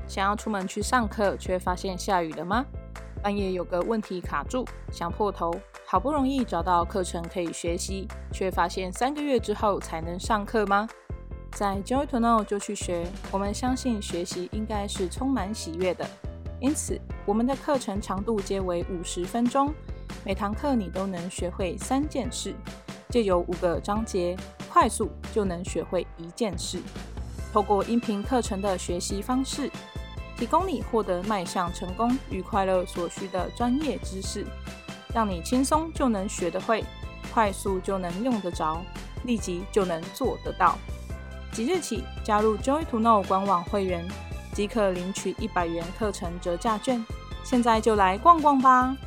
想要出门去上课，却发现下雨了吗？半夜有个问题卡住，想破头，好不容易找到课程可以学习，却发现3个月之后才能上课吗？在 Joy to Know 就去学，我们相信学习应该是充满喜悦的。因此，我们的课程长度皆为50分钟，每堂课你都能学会3件事，藉由5个章节，快速就能学会1件事。透过音频课程的学习方式，提供你获得迈向成功与快乐所需的专业知识，让你轻松就能学得会，快速就能用得着，立即就能做得到。即日起加入 Joy to Know 官网会员，即可领取100元课程折价券。现在就来逛逛吧！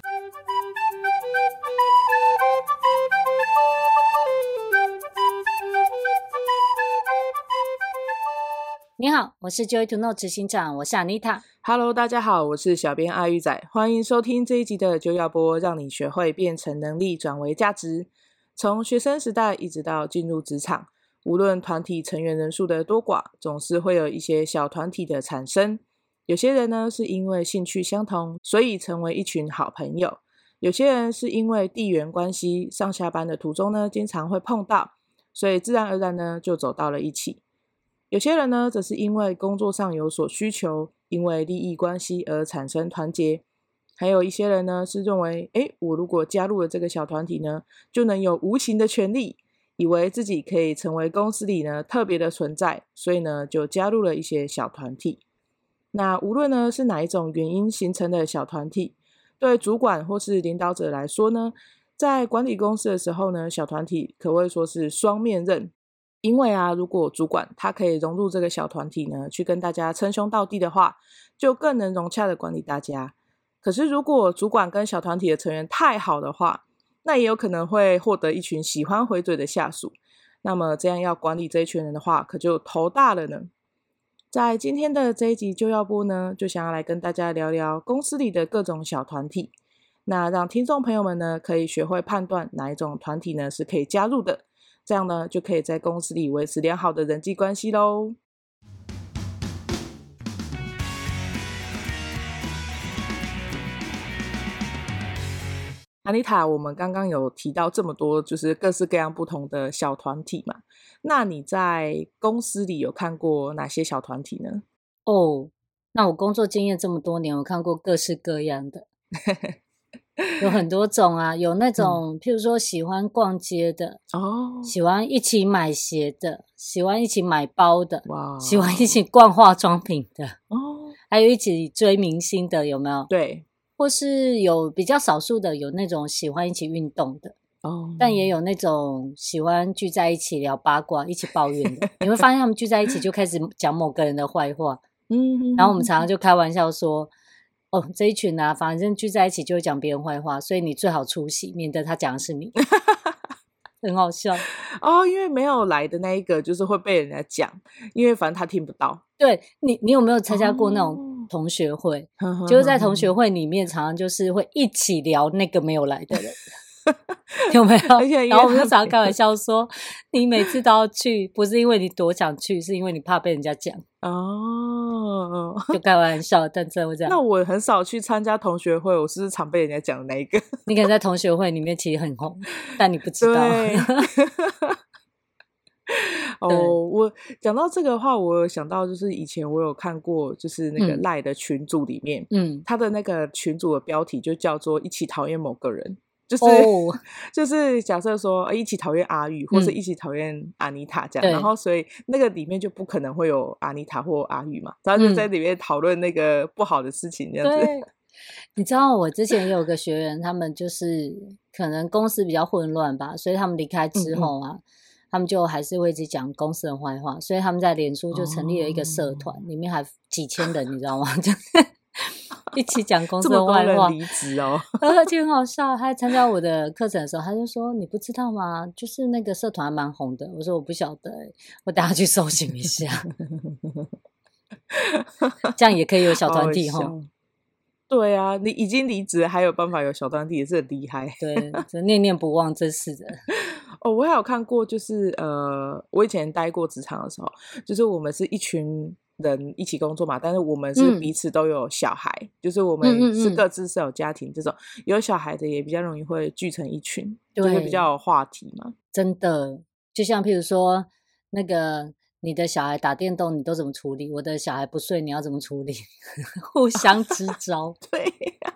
你好，我是 Joy to Know 执行长，我是 Anita。Hello， 大家好，我是小编阿玉仔，欢迎收听这一集的就要播，让你学会变成能力转为价值。从学生时代一直到进入职场，无论团体成员人数的多寡，总是会有一些小团体的产生。有些人呢是因为兴趣相同，所以成为一群好朋友；有些人是因为地缘关系，上下班的途中呢经常会碰到，所以自然而然呢就走到了一起。有些人呢则是因为工作上有所需求，因为利益关系而产生团结。还有一些人呢是认为，我如果加入了这个小团体呢，就能有无形的权利，以为自己可以成为公司里呢特别的存在，所以呢就加入了一些小团体。那无论呢是哪一种原因形成的小团体，对主管或是领导者来说呢，在管理公司的时候呢，小团体可谓说是双面刃。因为如果主管他可以融入这个小团体呢，去跟大家称兄道弟的话，就更能融洽的管理大家。可是如果主管跟小团体的成员太好的话，那也有可能会获得一群喜欢回嘴的下属。那么这样要管理这一群人的话，可就头大了呢。在今天的这一集就要播呢，就想要来跟大家聊聊公司里的各种小团体，那让听众朋友们呢可以学会判断哪一种团体呢是可以加入的，这样呢就可以在公司里维持良好的人际关系咯。Anita， 我们刚刚有提到这么多就是各式各样不同的小团体嘛，那你在公司里有看过哪些小团体呢？ 那我工作经验这么多年，我看过各式各样的有很多种啊，有那种譬如说喜欢逛街的喜欢一起买鞋的，喜欢一起买包的，喜欢一起逛化妆品的还有一起追明星的，有没有？ 对， 或是有比较少数的有那种喜欢一起运动的但也有那种喜欢聚在一起聊八卦一起抱怨的你会发现他们聚在一起就开始讲某个人的坏话然后我们常常就开玩笑说这一群反正聚在一起就会讲别人坏话，所以你最好出席，免得他讲的是你很好笑因为没有来的那一个就是会被人家讲，因为反正他听不到。 对，你有没有参加过那种同学会就是在同学会里面常常就是会一起聊那个没有来的人有没有？然后我们就常常开玩笑说你每次都要去，不是因为你多想去，是因为你怕被人家讲就开玩笑，但真的会这样。 那我很少去参加同学会，我是不是常被人家讲的那一个？ 你可能在同学会里面其实很红，但你不知道我讲到这个的话，我有想到就是以前我有看过就是那个LINE的群组里面他的那个群组的标题就叫做一起讨厌某个人，就是假设说一起讨厌阿玉或是一起讨厌阿妮塔这样然后所以那个里面就不可能会有阿妮塔或阿玉嘛，然后就在里面讨论那个不好的事情这样子你知道我之前也有个学员，他们就是可能公司比较混乱吧，所以他们离开之后他们就还是会一直讲公司的坏话，所以他们在脸书就成立了一个社团里面还几千人你知道吗就是一起讲公司的坏话， 这么多人离职而且很好笑，他参加我的课程的时候他就说你不知道吗，就是那个社团还蛮红的。我说我不晓得我等下去搜寻一下这样也可以有小团体对啊，你已经离职还有办法有小团体也是很厉害对，这念念不忘真是的我还有看过就是我以前待过职场的时候，就是我们是一群人一起工作嘛，但是我们是彼此都有小孩，就是我们是各自是有家庭，这种有小孩的也比较容易会聚成一群，就会比较有话题嘛。 真的，就像譬如说那个你的小孩打电动你都怎么处理，我的小孩不睡你要怎么处理互相支招对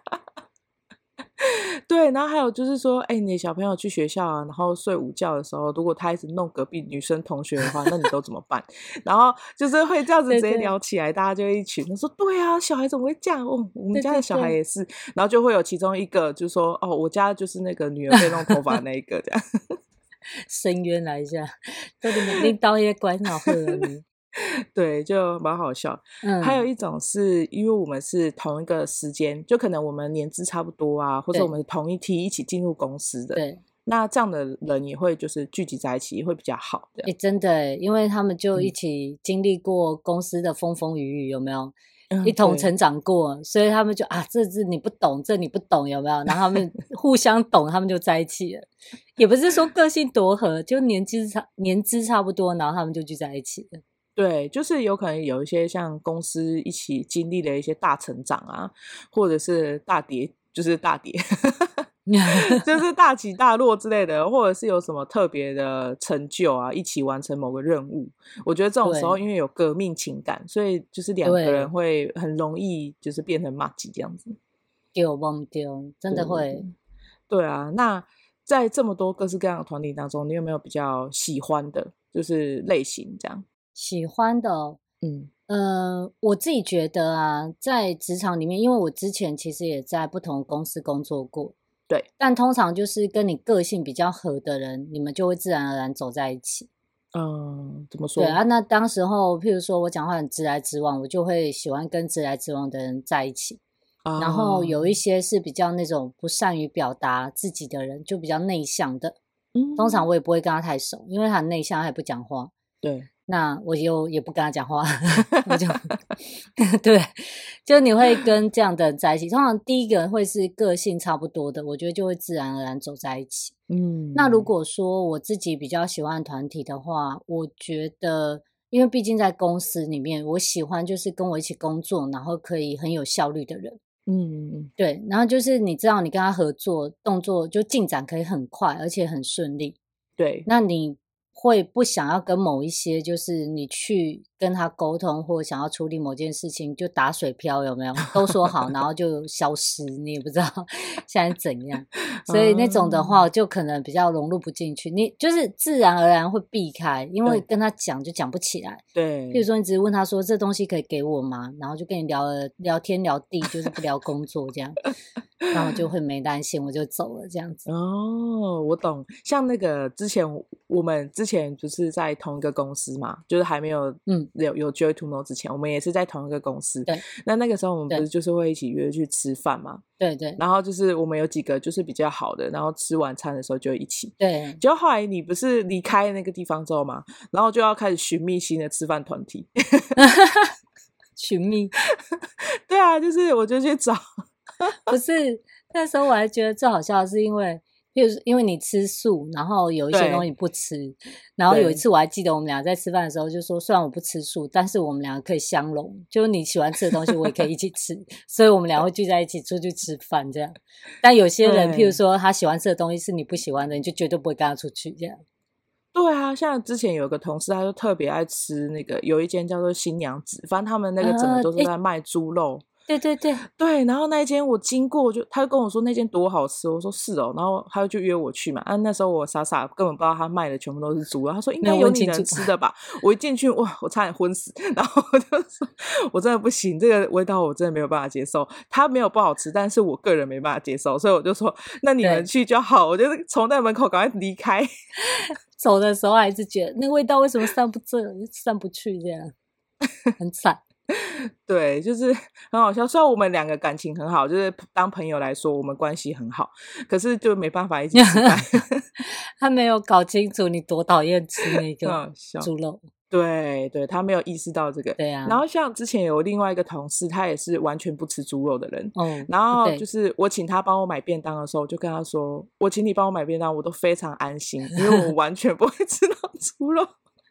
对，然后还有就是说你的小朋友去学校啊，然后睡午觉的时候，如果他一直弄隔壁女生同学的话，那你都怎么办？然后就是会这样子直接聊起来，大家就一群他说对啊，小孩怎么会这样？我们家的小孩也是，然后就会有其中一个就说我家就是那个女儿被弄头发那一个这样申冤来一下，到底领导也管脑后了你对，就蛮好笑。还有一种是因为我们是同一个时间，就可能我们年资差不多啊，或者我们是同一梯一起进入公司的， 对， 那这样的人也会就是聚集在一起会比较好的。 真的，因为他们就一起经历过公司的风风雨雨，有没有？一同成长过，所以他们就这你不懂，这你不懂，有没有？然后他们互相懂，他们就在一起了。也不是说个性多合，就年资差不多，然后他们就聚在一起了。 对，就是有可能有一些像公司一起经历了一些大成长啊，或者是大跌，就是大跌就是大起大落之类的，或者是有什么特别的成就啊，一起完成某个任务。我觉得这种时候因为有革命情感，所以就是两个人会很容易就是变成麻吉这样子。 丢忘丢，真的会。 对啊，那在这么多各式各样的团体当中，你有没有比较喜欢的就是类型这样？ 喜欢的我自己觉得在职场里面，因为我之前其实也在不同公司工作过， 对， 但通常就是跟你个性比较合的人，你们就会自然而然走在一起。 怎么说？ 对啊，那当时候譬如说我讲话很直来直往，我就会喜欢跟直来直往的人在一起。然后有一些是比较那种不善于表达自己的人，就比较内向的，通常我也不会跟他太熟，因为他很内向，他也不讲话。 对， 那我也不跟他讲话我就对，就你会跟这样的人在一起，通常第一个会是个性差不多的，我觉得就会自然而然走在一起。那如果说我自己比较喜欢团体的话，我觉得因为毕竟在公司里面，我喜欢就是跟我一起工作，然后可以很有效率的人。对，然后就是你知道你跟他合作，动作就进展可以很快，而且很顺利。 对， 那你会不想要跟某一些就是你去跟他沟通或想要处理某件事情就打水漂，有没有？都说好然后就消失，你也不知道现在怎样。所以那种的话就可能比较融入不进去，你就是自然而然会避开，因为跟他讲就讲不起来。 对， 比如说你只是问他说这东西可以给我吗，然后就跟你聊天聊地，就是不聊工作这样然后就会没耐心，我就走了这样子。 我懂。像那个我们之前不是在同一个公司嘛，就是还没有有 Joy to Know 之前，我们也是在同一个公司。 对， 那个时候我们不是就是会一起约去吃饭嘛？ 对对。 然后就是我们有几个就是比较好的，然后吃晚餐的时候就一起。 对。 结果后来你不是离开那个地方之后嘛，然后就要开始寻觅新的吃饭团体。 寻觅？ 对啊，就是我就去找。 不是，那时候我还觉得最好笑的是因为你吃素，然后有一些东西不吃，然后有一次我还记得我们俩在吃饭的时候就说，虽然我不吃素，但是我们两个可以相容，就是你喜欢吃的东西我也可以一起吃所以我们俩会聚在一起出去吃饭这样。但有些人譬如说他喜欢吃的东西是你不喜欢的，你就绝对不会跟他出去这样。 对啊，像之前有个同事他就特别爱吃那个有一间叫做新娘子，反正他们那个整个都是在卖猪肉。 对对对对，然后那一间我经过他就跟我说那间多好吃，我说是哦，然后他就约我去嘛。那时候我傻傻根本不知道他卖的全部都是猪肉，他说应该有你能吃的吧。我一进去哇，我差点昏死，然后我就说我真的不行，这个味道我真的没有办法接受。它没有不好吃，但是我个人没办法接受，所以我就说那你们去就好，我就从那门口赶快离开。 走的时候还是觉得那味道为什么散不去这样很惨。 对，就是很好笑。虽然我们两个感情很好，就是当朋友来说我们关系很好，可是就没办法一起吃饭。 他没有搞清楚你多讨厌吃那个猪肉。 对对，他没有意识到这个。 对啊。 然后像之前有另外一个同事，他也是完全不吃猪肉的人。然后就是我请他帮我买便当的时候，我就跟他说，我请你帮我买便当我都非常安心，因为我完全不会吃到猪肉。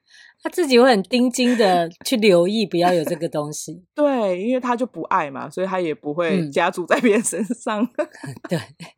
他自己会很盯紧的去留意不要有这个东西。 对，因为他就不爱嘛，所以他也不会加注在别人身上。 对，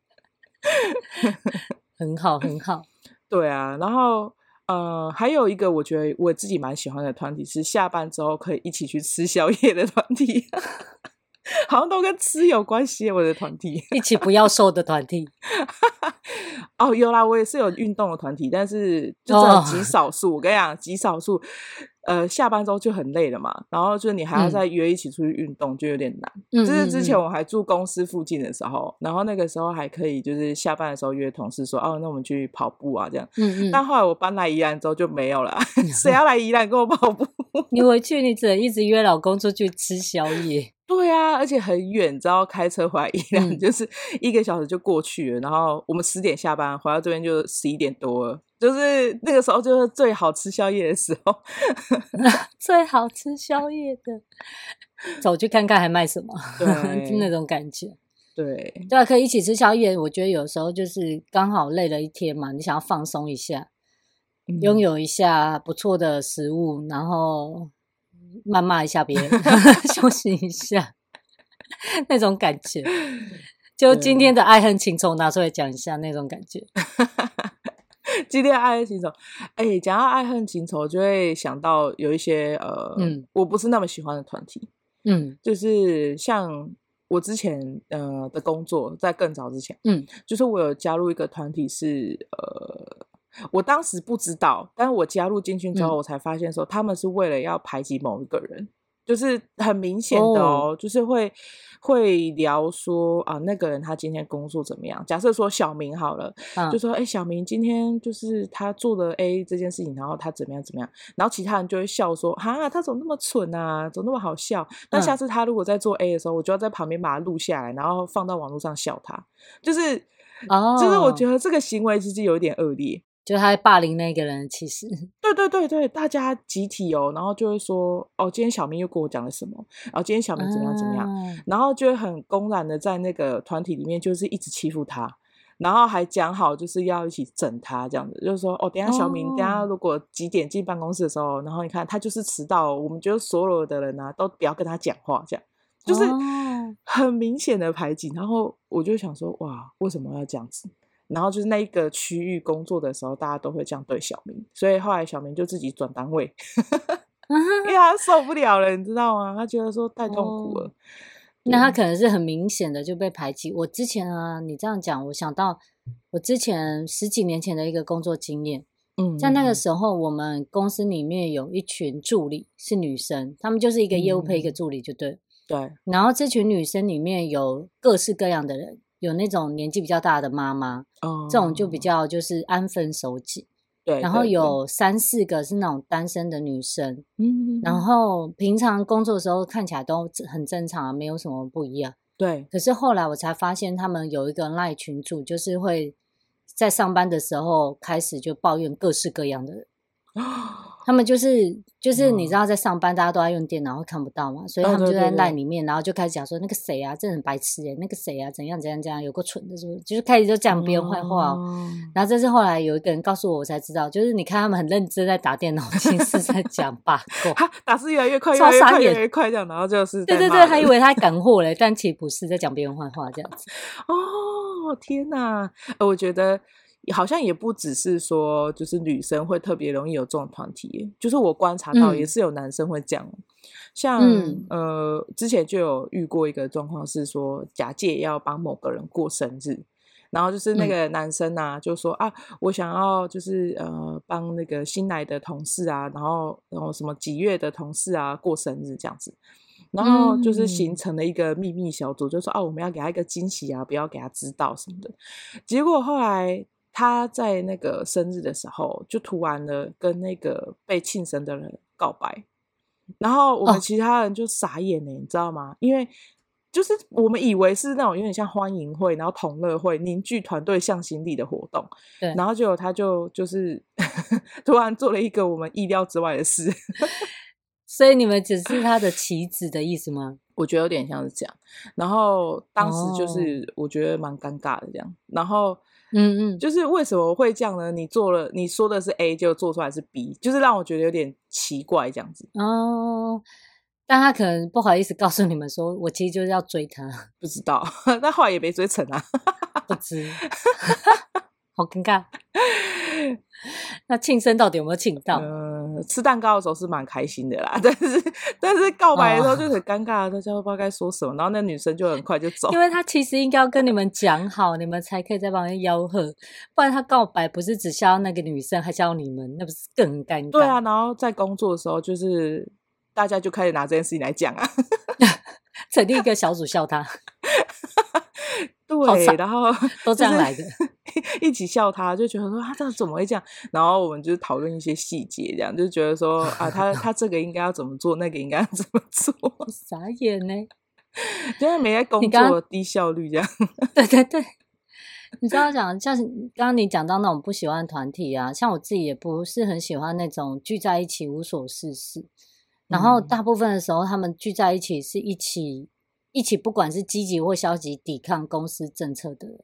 很好很好。 对啊，然后还有一个我觉得我自己蛮喜欢的团体是下班之后可以一起去吃宵夜的团体。好像都跟吃有关系，我的团体一起不要瘦的团体。 哦，有啦，我也是有运动的团体，但是就只有极少数。我跟你讲，极少数，下班之后就很累了嘛，然后就是你还要再约一起出去运动，就有点难。就是之前我还住公司附近的时候，然后那个时候还可以，就是下班的时候约同事说，哦，那我们去跑步啊，这样。但后来我搬来宜兰之后就没有了，谁要来宜兰跟我跑步？ 你回去你只能一直约老公出去吃宵夜。 对啊，而且很远，只要开车回来宜兰就是1个小时就过去了。然后我们10点下班，回到这边就11点多了，就是那个时候就是最好吃宵夜的时候。 最好吃宵夜的，走去看看还卖什么。 对那种感觉。 对对啊，可以一起吃宵夜。我觉得有时候就是刚好累了一天嘛，你想要放松一下，拥有一下不错的食物，然后谩骂一下别人，休息一下，那种感觉。就今天的爱恨情仇拿出来讲一下，那种感觉。 今天爱恨情仇，讲到爱恨情仇，就会想到有一些我不是那么喜欢的团体。就是像我之前的工作，在更早之前，就是我有加入一个团体是我当时不知道，但是我加入进去之后，我才发现说他们是为了要排挤某一个人，就是很明显的就是会聊说啊，那个人他今天工作怎么样？假设说小明好了，就说小明今天就是他做了 A 这件事情，然后他怎么样怎么样，然后其他人就会笑说哈，他怎么那么蠢啊，怎么那么好笑？那下次他如果在做 A 的时候，我就要在旁边把他录下来，然后放到网络上笑他，就是我觉得这个行为其实有点恶劣。 就他在霸凌那个人，其实对，大家集体然后就会说今天小明又跟我讲了什么，然后今天小明怎么样怎么样，然后就会很公然的在那个团体里面就是一直欺负他，然后还讲好就是要一起整他这样子，就是说等一下小明等一下如果几点进办公室的时候，然后你看他就是迟到，我们就所有的人都不要跟他讲话，这样就是很明显的排挤。然后我就想说哇，为什么要这样子？然后就是那一个区域工作的时候，大家都会这样对小明，所以后来小明就自己转单位。因为他受不了了，你知道吗？他觉得说太痛苦了。 那他可能是很明显的就被排挤。我之前你这样讲，我想到我之前10几年前的一个工作经验。在那个时候，我们公司里面有一群助理是女生，她们就是一个业务配一个助理就对。 对。然后这群女生里面有各式各样的人。有那种年纪比较大的妈妈，这种就比较就是安分守己。 对， 然后有3、4个是那种单身的女生，然后平常工作的时候看起来都很正常，没有什么不一样。 对。 可是后来我才发现，他们有一个 LINE 群组，就是会在上班的时候开始就抱怨各式各样的人。他们就是你知道在上班大家都在用电脑会看不到嘛，所以他们就在 LINE 里面，然后就开始讲说那个谁啊，这很白痴那个谁啊，怎样怎样怎样，有个蠢的，是不是？就是开始就讲别人坏话然后这是后来有一个人告诉我才知道，就是你看他们很认真在打电脑，其实在讲八卦， 打字越来越快，越来越快这样，然后就是对，还以为他赶货了，但其实不是，在讲别人坏话这样子。 天哪，我觉得。好像也不只是说就是女生会特别容易有这种团体，就是我观察到也是有男生会这样。像之前就有遇过一个状况是说假借要帮某个人过生日，然后就是那个男生啊就说我想要就是帮那个新来的同事啊，然后什么几月的同事啊过生日这样子，然后就是形成了一个秘密小组，就说我们要给他一个惊喜啊，不要给他知道什么的。结果后来他在那个生日的时候就突然的跟那个被庆生的人告白，然后我们其他人就傻眼了你知道吗？因为就是我们以为是那种有点像欢迎会然后同乐会凝聚团队向心力的活动， 对， 然后结果他就是突然做了一个我们意料之外的事。 所以你们只是他的棋子的意思吗？ 我觉得有点像是这样，然后当时就是我觉得蛮尴尬的这样，然后就是为什么会这样呢？你说的是 A 就做出来是 B， 就是让我觉得有点奇怪这样子。 但他可能不好意思告诉你们说我其实就是要追他。 不知道，但后来也没追成啊。 不知好尴尬。那庆生到底有没有庆到？ 吃蛋糕的时候是蛮开心的啦，但是告白的时候就很尴尬，大家都不知道该说什么，然后那女生就很快就走。 因为他其实应该要跟你们讲好，你们才可以在旁边吆喝，不然他告白不是只笑那个女生，还笑你们，那不是更尴尬？ 对啊，然后在工作的时候，就是大家就开始拿这件事情来讲啊， 成立一个小组笑他。 对，然后都这样来的， 一起笑他，就觉得说他这怎么会这样？然后我们就是讨论一些细节，这样就觉得说啊，他这个应该要怎么做，那个应该要怎么做。 傻眼呢， 就是没在工作，低效率这样。 对对对，你知道讲，像刚刚你讲到那种不喜欢团体啊，像我自己也不是很喜欢那种聚在一起无所事事，然后大部分的时候他们聚在一起是一起不管是积极或消极抵抗公司政策的人。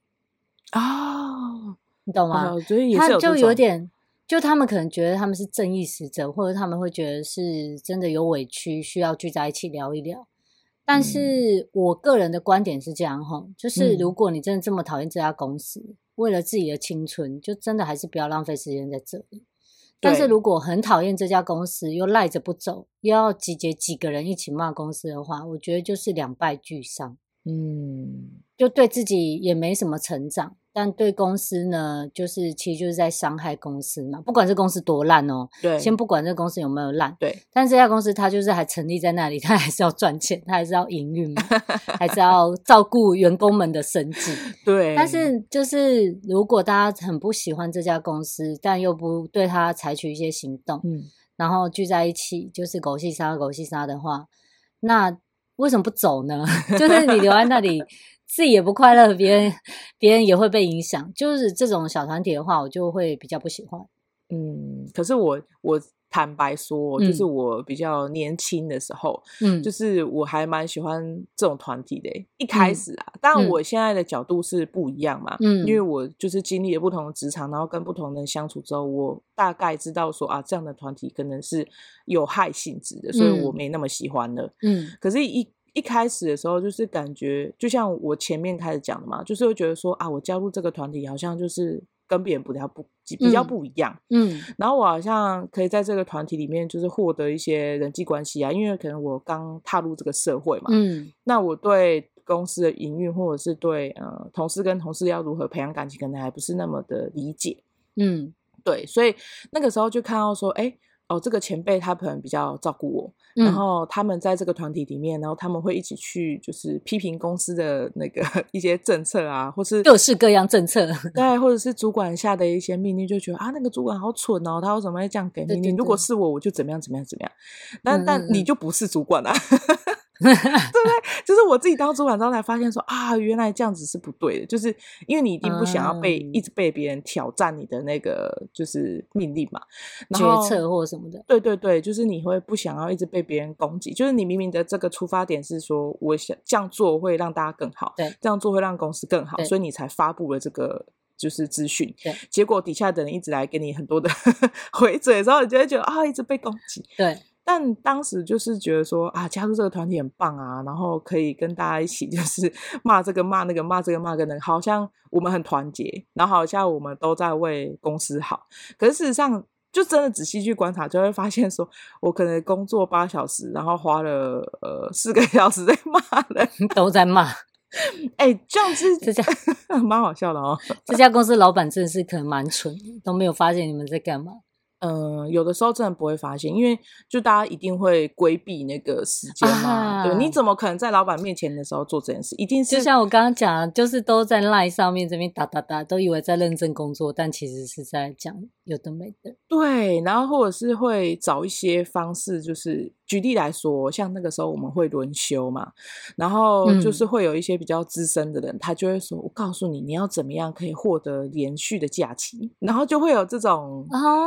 你懂吗？他就有点，就他们可能觉得他们是正义使者，或者他们会觉得是真的有委屈，需要聚在一起聊一聊。但是我个人的观点是这样就是如果你真的这么讨厌这家公司，为了自己的青春，就真的还是不要浪费时间在这里。但是如果很讨厌这家公司，又赖着不走，又要集结几个人一起骂公司的话，我觉得就是两败俱伤。就对自己也没什么成长，但对公司呢，其实就是在伤害公司嘛。不管这公司多烂对， 先不管这公司有没有烂， 对， 但这家公司它就是还成立在那里，它还是要赚钱，它还是要营运嘛，还是要照顾员工们的生计。 对， 但是就是如果大家很不喜欢这家公司，但又不对它采取一些行动，然后聚在一起就是狗戏杀的话，那为什么不走呢？就是你留在那里自己也不快乐，别人也会被影响，就是这种小团体的话我就会比较不喜欢。 可是我坦白说，就是我比较年轻的时候，就是我还蛮喜欢这种团体的。一开始啊，当然我现在的角度是不一样嘛，因为我就是经历了不同的职场，然后跟不同的人相处之后，我大概知道说啊，这样的团体可能是有害性质的，所以我没那么喜欢了。可是一开始的时候，就是感觉就像我前面开始讲的嘛，就是会觉得说啊，我加入这个团体好像就是跟别人比较不一样，然后我好像可以在这个团体里面就是获得一些人际关系啊，因为可能我刚踏入这个社会嘛，那我对公司的营运或者是对同事跟同事要如何培养感情，可能还不是那么的理解，对，所以那个时候就看到说，这个前辈他可能比较照顾我，然后他们在这个团体里面，然后他们会一起去就是批评公司的那个一些政策啊，或是各式各样政策， 对，或者是主管下的一些命令，就觉得啊那个主管好蠢哦，他为什么会这样给命令？如果是我就怎么样怎么样怎么样，但你就不是主管啊。对不对？就是我自己当主管之后才发现说啊，原来这样子是不对的，就是因为你一定不想要一直被别人挑战你的那个就是命令嘛， 决策或什么的。 对对对，就是你会不想要一直被别人攻击，就是你明明的这个出发点是说我想这样做会让大家更好， 对， 这样做会让公司更好，所以你才发布了这个就是资讯，结果底下的人一直来给你很多的回嘴的时候，你就会觉得啊，一直被攻击。 对。 但当时就是觉得说啊，加入这个团体很棒啊，然后可以跟大家一起就是骂这个骂那个，骂这个骂那个，好像我们很团结，然后好像我们都在为公司好。可是事实上，就真的仔细去观察，就会发现说，我可能工作8小时，然后花了4个小时在骂人， 都在骂。 这样子这样蛮好笑的哦。 这家公司老板真的是可能蛮蠢，都没有发现你们在干嘛。 有的时候真的不会发现，因为就大家一定会规避那个时间嘛，对，你怎么可能在老板面前的时候做这件事？一定是就像我刚刚讲的，就是都在 LINE 上面这边打，都以为在认真工作，但其实是在讲有的没的。 对，然后或者是会找一些方式，就是举例来说，像那个时候我们会轮休嘛，然后就是会有一些比较资深的人，他就会说，我告诉你，你要怎么样可以获得连续的假期，然后就会有这种教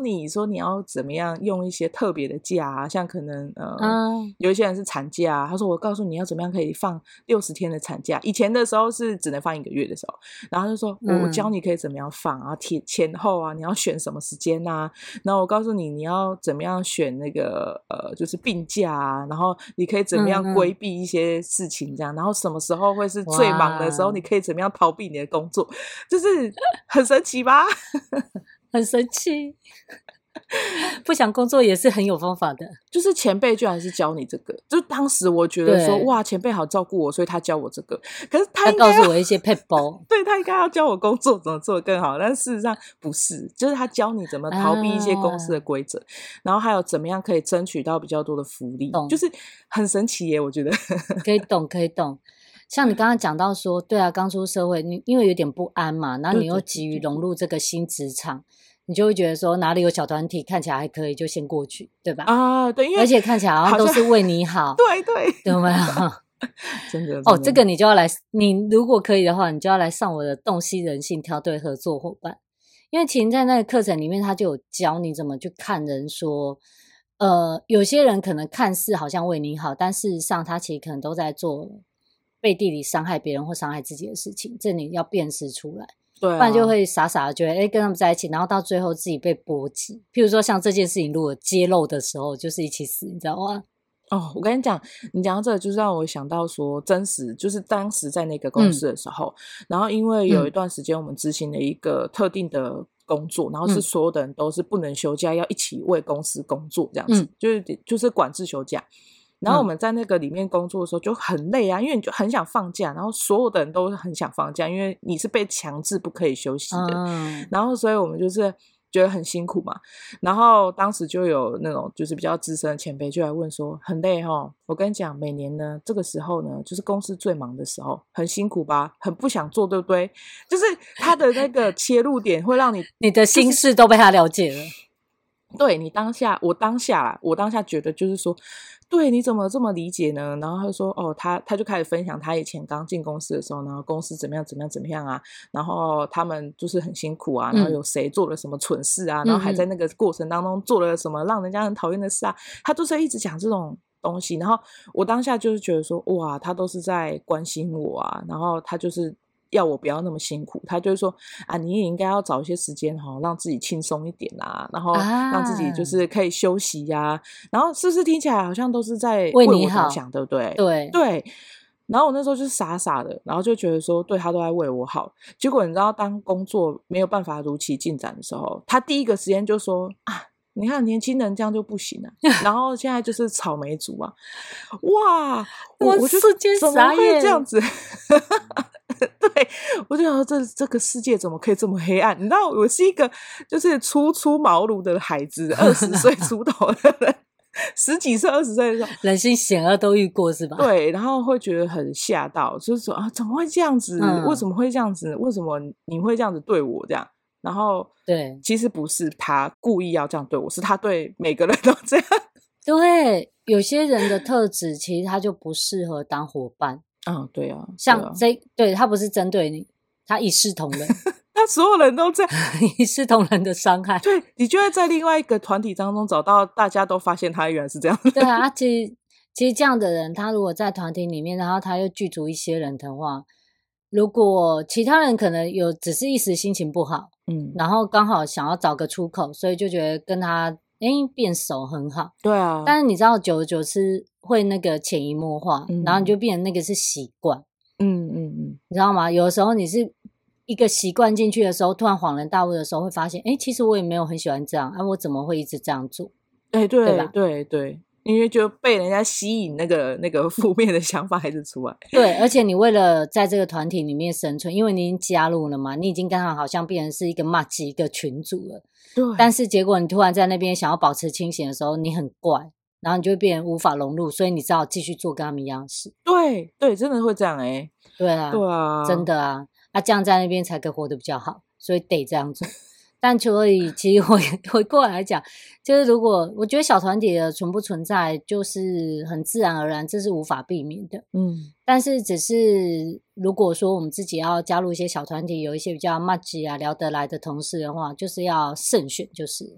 你说你要怎么样用一些特别的假啊，像可能有一些人是产假啊，他说我告诉你要怎么样可以放60天的产假，以前的时候是只能放1个月的时候，然后就说我教你可以怎么样放啊，前后啊，你要选什么时间啊，然后我告诉你你要怎么样选那个就是病假啊，然后你可以怎么样规避一些事情这样，然后什么时候会是最忙的时候，你可以怎么样逃避你的工作，就是很神奇吧？ 很神奇。不想工作也是很有方法的， 就是前辈居然是教你这个，就当时我觉得说哇，前辈好照顾我，所以他教我这个，可是他告诉我一些撇步对，他应该要教我工作怎么做得更好，但事实上不是，就是他教你怎么逃避一些公司的规则，然后还有怎么样可以争取到比较多的福利，就是很神奇耶，我觉得可以懂可以懂。像你刚刚讲到说，对啊，刚出社会你因为有点不安嘛，然后你又急于融入这个新职场，你就会觉得说哪里有小团体看起来还可以就先过去，对吧？ 啊，对，因为而且看起来好像都是为你好， 对对， 有没有？ 真的哦，这个你就要来，你如果可以的话，你就要来上我的洞悉人性挑对合作伙伴，因为其实在那个课程里面，他就有教你怎么去看人说，有些人可能看似好像为你好，但事实上他其实可能都在做背地里伤害别人或伤害自己的事情，这你要辨识出来。 对啊， 不然就会傻傻的觉得跟他们在一起，然后到最后自己被波及。譬如说像这件事情如果揭露的时候就是一起死，你知道吗？ 哦，我跟你讲，你讲到这个就是让我想到说真实，就是当时在那个公司的时候，然后因为有一段时间我们执行了一个特定的工作，然后是所有的人都是不能休假，要一起为公司工作这样子，就是管制休假。然后我们在那个里面工作的时候就很累啊，因为你就很想放假，然后所有的人都很想放假，因为你是被强制不可以休息的，然后所以我们就是觉得很辛苦嘛。然后当时就有那种就是比较资深的前辈就来问说，很累齁，我跟你讲，每年呢这个时候呢就是公司最忙的时候，很辛苦吧，很不想做，对不对？就是他的那个切入点会让你的心事都被他了解了。 对，你当下我当下觉得就是说，对，你怎么这么理解呢？然后他就说哦，他就开始分享他以前刚进公司的时候，然后公司怎么样啊，然后他们就是很辛苦啊，然后有谁做了什么蠢事啊，然后还在那个过程当中做了什么让人家很讨厌的事啊，他就是一直讲这种东西。然后我当下就是觉得说，哇，他都是在关心我啊，然后他就是要我不要那么辛苦，他就是说啊，你也应该要找一些时间让自己轻松一点啊，然后让自己就是可以休息啊，然后是不是听起来好像都是在为我着想，对不对？对。然后我那时候就是傻傻的，然后就觉得说对，他都在为我好。结果你知道当工作没有办法如期进展的时候，他第一个时间就说啊，你看年轻人这样就不行啊，然后现在就是草莓族啊，哇，我就怎么会这样子对，我就想说这个世界怎么可以这么黑暗？你知道我是一个就是初出茅庐的孩子，20岁出头的人，10几岁20岁的时候， 人心险恶都遇过是吧？ 对，然后会觉得很吓到，就是说啊，怎么会这样子？为什么会这样子？为什么你会这样子对我这样？然后对， 其实不是他故意要这样对我，是他对每个人都这样。 对，有些人的特质其实他就不适合当伙伴。 对啊， 像对他不是针对你，他一视同仁， 他所有人都这样， 一视同仁的伤害。 对，你就会在另外一个团体当中找到大家都发现他原来是这样的。 对啊，其实这样的人，他如果在团体里面，然后他又聚足一些人的话，如果其他人可能只是一时心情不好，然后刚好想要找个出口，所以就觉得跟他变熟很好。 对啊， 但是你知道久而久之会那个潜移默化，然后你就变成那个是习惯。你知道吗？有的时候你是一个习惯进去的时候，突然恍然大悟的时候，会发现其实我也没有很喜欢这样啊，我怎么会一直这样做？对吧？ 对，因为就被人家吸引，那个负面的想法还是出来。 对，而且你为了在这个团体里面生存，因为你已经加入了嘛，你已经跟他好像变成是一个麻吉一个群组了。 对。 但是结果你突然在那边想要保持清醒的时候，你很怪，然后你就会变成无法融入，所以你只好继续做跟他们一样的事。 对，真的会这样对啊，真的啊，这样在那边才可以活得比较好，所以得这样做。但所以其实回过来讲，就是如果我觉得小团体的存不存在，就是很自然而然，这是无法避免的。但是只是如果说我们自己要加入一些小团体，有一些比较默契啊聊得来的同事的话，就是要慎选，就是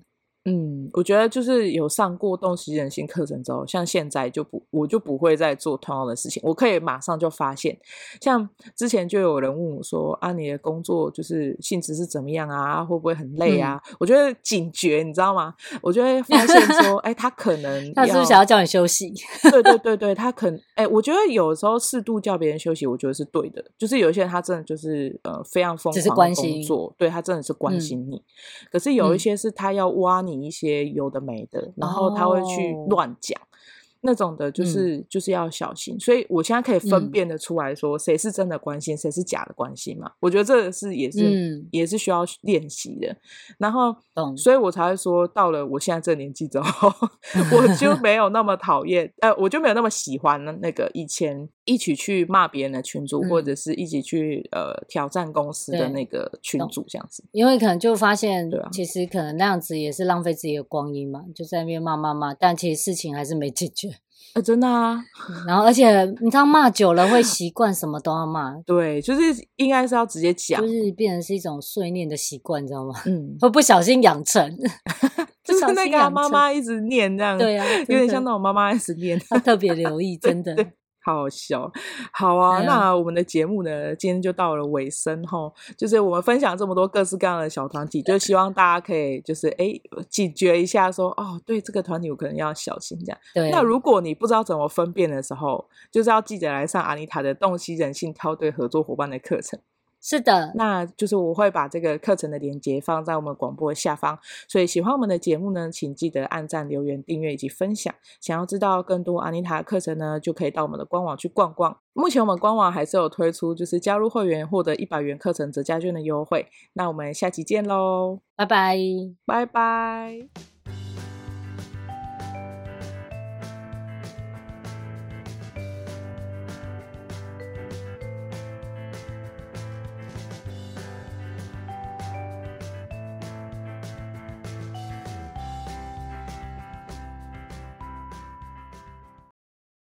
我觉得就是有上过洞悉人心课程之后，像现在我就不会再做同样的事情，我可以马上就发现。像之前就有人问我说啊，你的工作就是性质是怎么样啊，会不会很累啊？我觉得警觉你知道吗？我就会发现说他可能他是不是想要叫你休息？ 对，他可能我觉得有时候适度叫别人休息，我觉得是对的。就是有一些人他真的就是非常疯狂的工作，对，他真的是关心你。可是有一些是他要挖你一些有的没的，然后他会去乱讲，那种的就是要小心。所以我现在可以分辨得出来说谁是真的关心，谁是假的关心嘛。我觉得这是也是需要练习的。然后所以我才会说到了我现在这个年纪之后我就没有那么讨厌我就没有那么喜欢那个以前一起去骂别人的群组，或者是一起去挑战公司的那个群组这样子。 因为可能就发现其实可能那样子也是浪费自己的光阴嘛，就在那边骂，但其实事情还是没解决。 真的啊。 然后而且你知道骂久了会习惯什么都要骂。 对，就是应该是要直接讲， 就是变成是一种碎念的习惯，你知道吗？会不小心养成就是那个妈妈一直念这样。 对啊， 有点像那种妈妈一直念， 她特别留意，真的对，好好笑。好啊，那我们的节目呢今天就到了尾声齁，就是我们分享这么多各式各样的小团体，就希望大家可以就是警觉一下说对这个团体我可能要小心这样。 对， 那如果你不知道怎么分辨的时候，就是要记得来上阿妮塔的洞悉人性挑对合作伙伴的课程。 是的， 那就是我会把这个课程的连结放在我们广播的下方，所以喜欢我们的节目呢，请记得按赞、留言、订阅以及分享。想要知道更多阿妮塔的课程呢，就可以到我们的官网去逛逛。目前我们官网还是有推出就是加入会员获得100元课程折价券的优惠。那我们下期见咯， 拜拜， 拜拜。